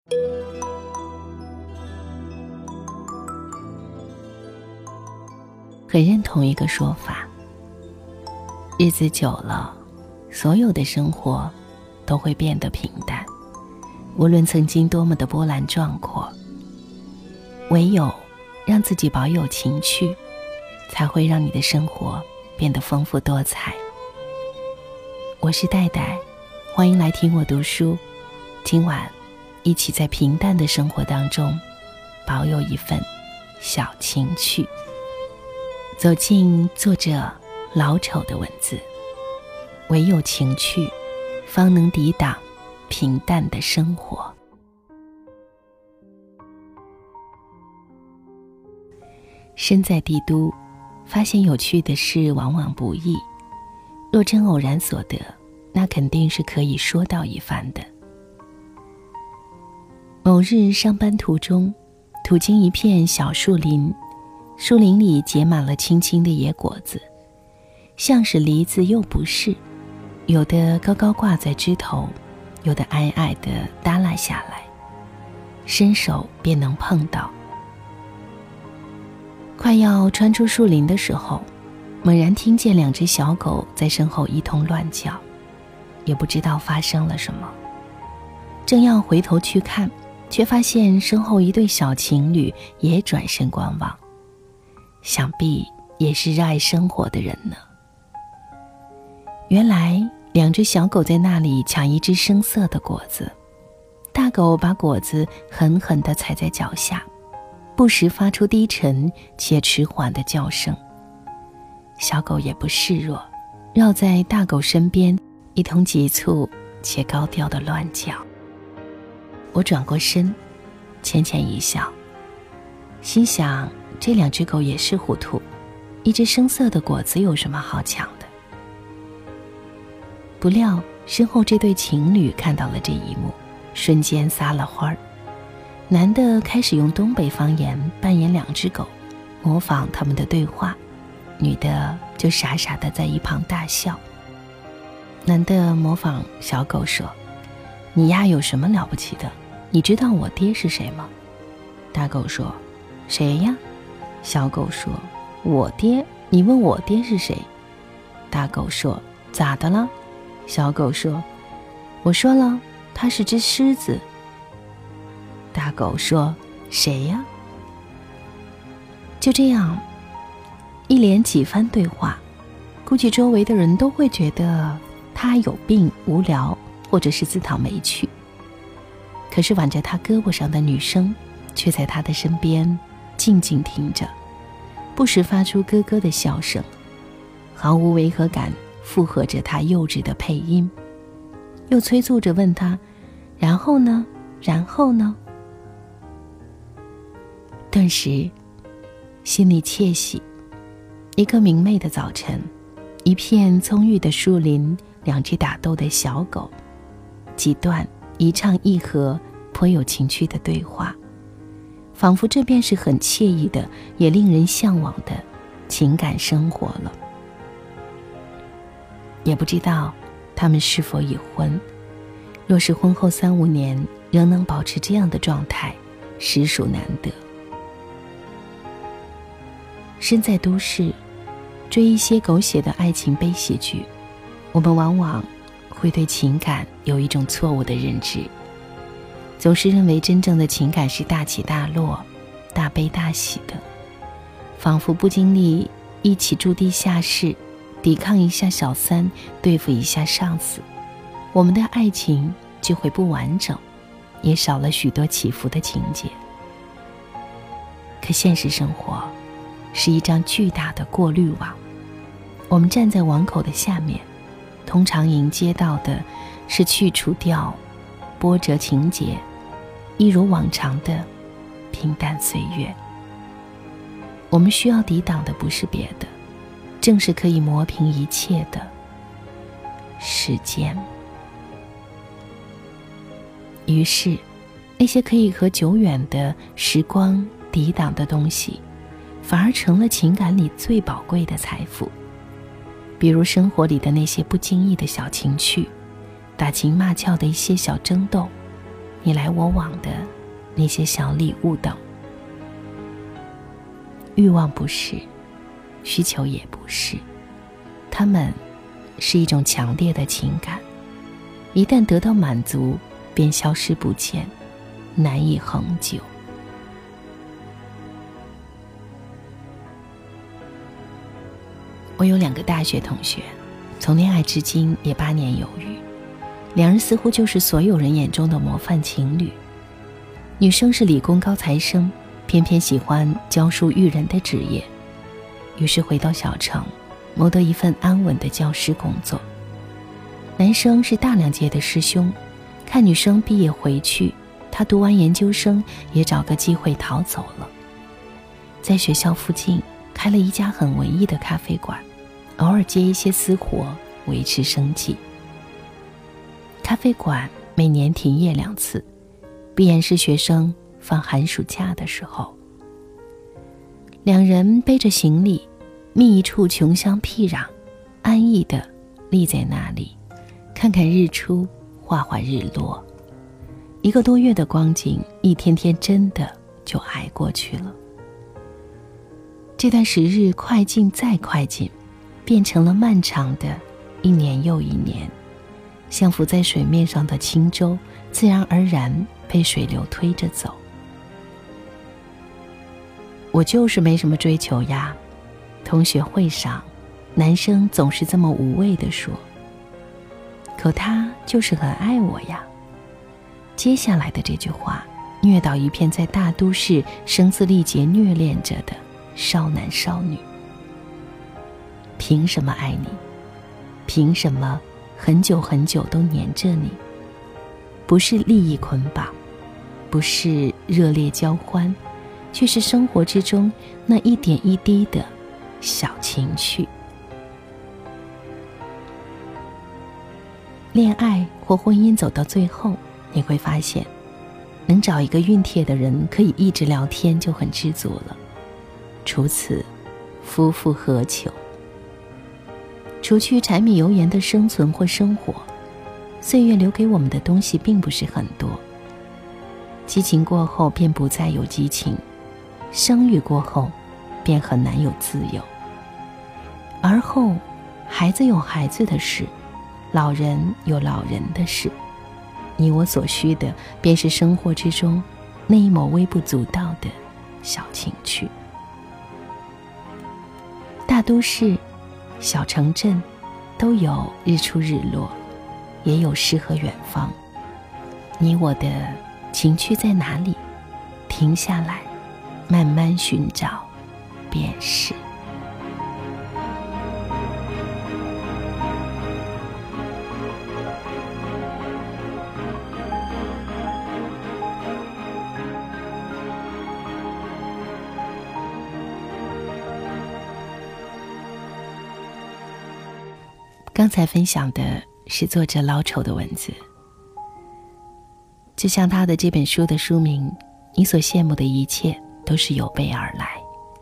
很认同一个说法，日子久了，所有的生活都会变得平淡，无论曾经多么的波澜壮阔，唯有让自己保有情趣，才会让你的生活变得丰富多彩。我是戴戴，欢迎来听我读书。今晚一起在平淡的生活当中保有一份小情趣，走进作者老丑的文字，唯有情趣方能抵挡平淡的生活。身在帝都，发现有趣的事往往不易，若真偶然所得，那肯定是可以说道一番的。某日上班途中，途经一片小树林，树林里结满了青青的野果子，像是梨子又不是，有的高高挂在枝头，有的矮矮的耷拉下来，伸手便能碰到。快要穿出树林的时候，猛然听见两只小狗在身后一通乱叫，也不知道发生了什么。正要回头去看，却发现身后一对小情侣也转身观望，想必也是热爱生活的人呢。原来两只小狗在那里抢一只生涩的果子，大狗把果子狠狠地踩在脚下，不时发出低沉且迟缓的叫声。小狗也不示弱，绕在大狗身边，一通急促且高调的乱叫。我转过身，浅浅一笑，心想这两只狗也是糊涂，一只生涩的果子有什么好抢的。不料身后这对情侣看到了这一幕，瞬间撒了欢儿。男的开始用东北方言扮演两只狗，模仿他们的对话，女的就傻傻的在一旁大笑。男的模仿小狗说：“你呀有什么了不起的？你知道我爹是谁吗？”大狗说：“谁呀？”小狗说：“我爹。你问我爹是谁？”大狗说：“咋的了？”小狗说：“我说了，他是只狮子。”大狗说：“谁呀？”就这样一连几番对话，估计周围的人都会觉得他有病、无聊，或者是自讨没趣。可是挽着他胳膊上的女生却在他的身边静静听着，不时发出咯咯的笑声，毫无违和感附和着他幼稚的配音，又催促着问他：“然后呢？然后呢？”顿时心里窃喜。一个明媚的早晨，一片葱郁的树林，两只打斗的小狗，几段一唱一和颇有情趣的对话，仿佛这便是很惬意的也令人向往的情感生活了。也不知道他们是否已婚，若是婚后3-5年仍能保持这样的状态，实属难得。身在都市，追一些狗血的爱情悲喜剧，我们往往会对情感有一种错误的认知，总是认为真正的情感是大起大落、大悲大喜的，仿佛不经历一起住地下室，抵抗一下小三，对付一下上司，我们的爱情就会不完整，也少了许多起伏的情节。可现实生活是一张巨大的过滤网，我们站在网口的下面，通常迎接到的是去除掉波折情节，一如往常的平淡岁月。我们需要抵挡的不是别的，正是可以磨平一切的时间。于是那些可以和久远的时光抵挡的东西，反而成了情感里最宝贵的财富。比如生活里的那些不经意的小情趣，打情骂俏的一些小争斗， 你来我往的那些小礼物等。欲望不是，需求也不是，它们是一种强烈的情感，一旦得到满足，便消失不见，难以恒久。我有2个大学同学，从恋爱至今也8年有余，两人似乎就是所有人眼中的模范情侣。女生是理工高材生，偏偏喜欢教书育人的职业，于是回到小城，谋得一份安稳的教师工作。男生是大2届的师兄，看女生毕业回去，他读完研究生也找个机会逃走了，在学校附近开了一家很文艺的咖啡馆，偶尔接一些私活维持生计。咖啡馆每年停业2次，必然是学生放寒暑假的时候。两人背着行李，觅一处穷乡僻壤，安逸地立在那里，看看日出，画画日落。1个多月的光景，一天天真的就挨过去了。这段时日快进再快进，变成了漫长的1年又1年，像浮在水面上的轻舟，自然而然被水流推着走。我就是没什么追求呀，同学会上，男生总是这么无谓地说，可他就是很爱我呀。接下来的这句话，虐到一片在大都市声嘶力竭虐恋着的少男少女。凭什么爱你？凭什么很久很久都黏着你？不是利益捆绑，不是热烈交欢，却是生活之中那一点一滴的小情绪。恋爱或婚姻走到最后，你会发现，能找一个熨帖的人可以一直聊天就很知足了。除此，夫复何求？除去柴米油盐的生存或生活，岁月留给我们的东西并不是很多。激情过后便不再有激情，生育过后便很难有自由。而后，孩子有孩子的事，老人有老人的事，你我所需的便是生活之中那一抹微不足道的小情趣。大都市、小城镇都有日出日落，也有诗和远方。你我的情趣在哪里？停下来，慢慢寻找，便是。刚才分享的是作者老丑的文字，就像他的这本书的书名，你所羡慕的一切都是有备而来。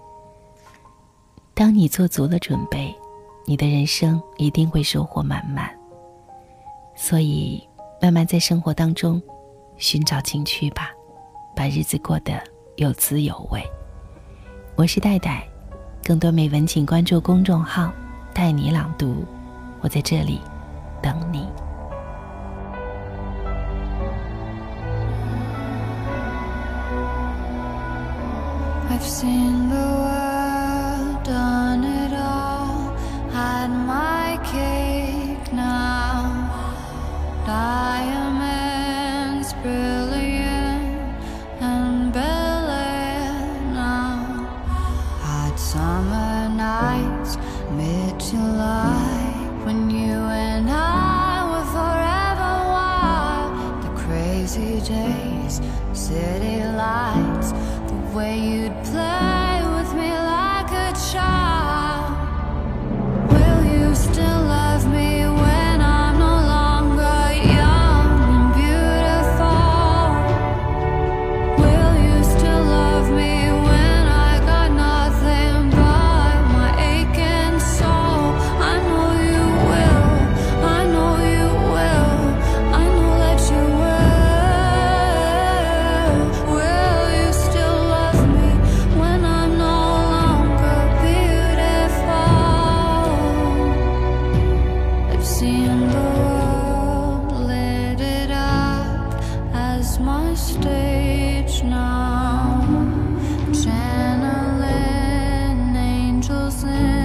当你做足了准备，你的人生一定会收获满满。所以慢慢在生活当中寻找情趣吧，把日子过得有滋有味。我是戴戴，更多美文请关注公众号带你朗读，我在这里等你。 I've seen the world, done it all, had my cake now. Diamonds brilliant and Bel-Air now. Had summer nights, mid-July, when you and I were forever wild. The crazy days, city lights, the way you'd play with me like a child. Will you still love me when I'm no longer young and beautiful? Will you still love me when I got nothing but my aching soul? I know you will, I know you will, I know that you will. That's my stage now. Channeling angels in